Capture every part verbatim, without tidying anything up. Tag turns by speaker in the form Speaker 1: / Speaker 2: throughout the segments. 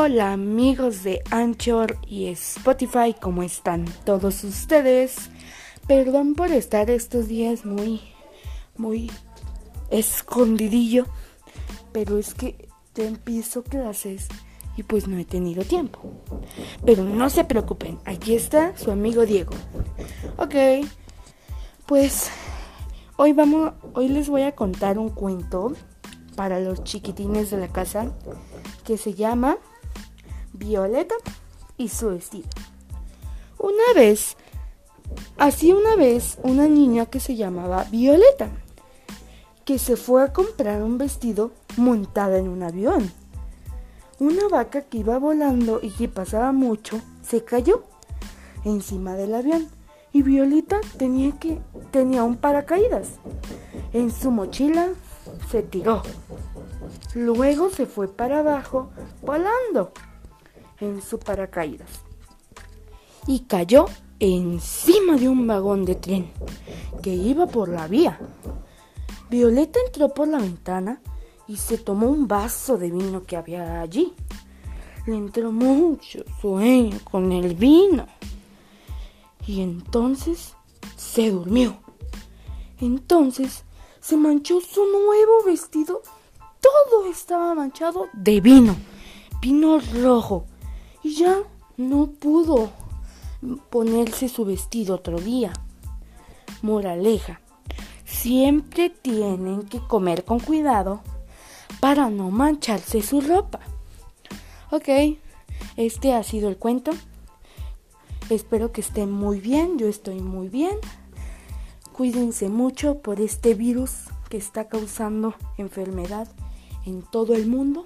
Speaker 1: Hola amigos de Anchor y Spotify, ¿cómo están todos ustedes? Perdón por estar estos días muy, muy escondidillo, pero es que ya empiezo clases y pues no he tenido tiempo. Pero no se preocupen, aquí está su amigo Diego. Ok, pues hoy vamos, hoy les voy a contar un cuento para los chiquitines de la casa que se llama Violeta y su vestido. Una vez, así una vez, una niña que se llamaba Violeta, que se fue a comprar un vestido montada en un avión. Una vaca que iba volando y que pasaba mucho se cayó encima del avión y Violeta tenía que tenía un paracaídas. En su mochila se tiró. Luego se fue para abajo volando en su paracaídas y cayó encima de un vagón de tren que iba por la vía. Violeta entró por la ventana y se tomó un vaso de vino que había allí. Le entró mucho sueño con el vino y entonces se durmió. Entonces se manchó su nuevo vestido. Todo estaba manchado de vino, vino rojo, y ya no pudo ponerse su vestido otro día. Moraleja: siempre tienen que comer con cuidado para no mancharse su ropa. Ok, este ha sido el cuento. Espero que estén muy bien, yo estoy muy bien. Cuídense mucho por este virus que está causando enfermedad en todo el mundo.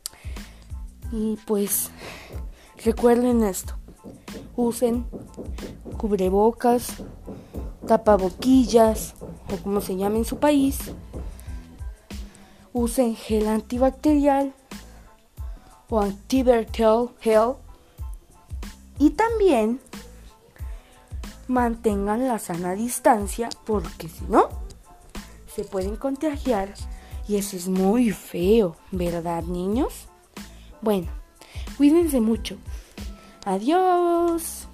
Speaker 1: Y pues recuerden esto: usen cubrebocas, tapaboquillas o como se llama en su país. Usen gel antibacterial o antibacterial gel. Y también mantengan la sana distancia, porque si no se pueden contagiar y eso es muy feo, ¿verdad, niños? Bueno, cuídense mucho. Adiós.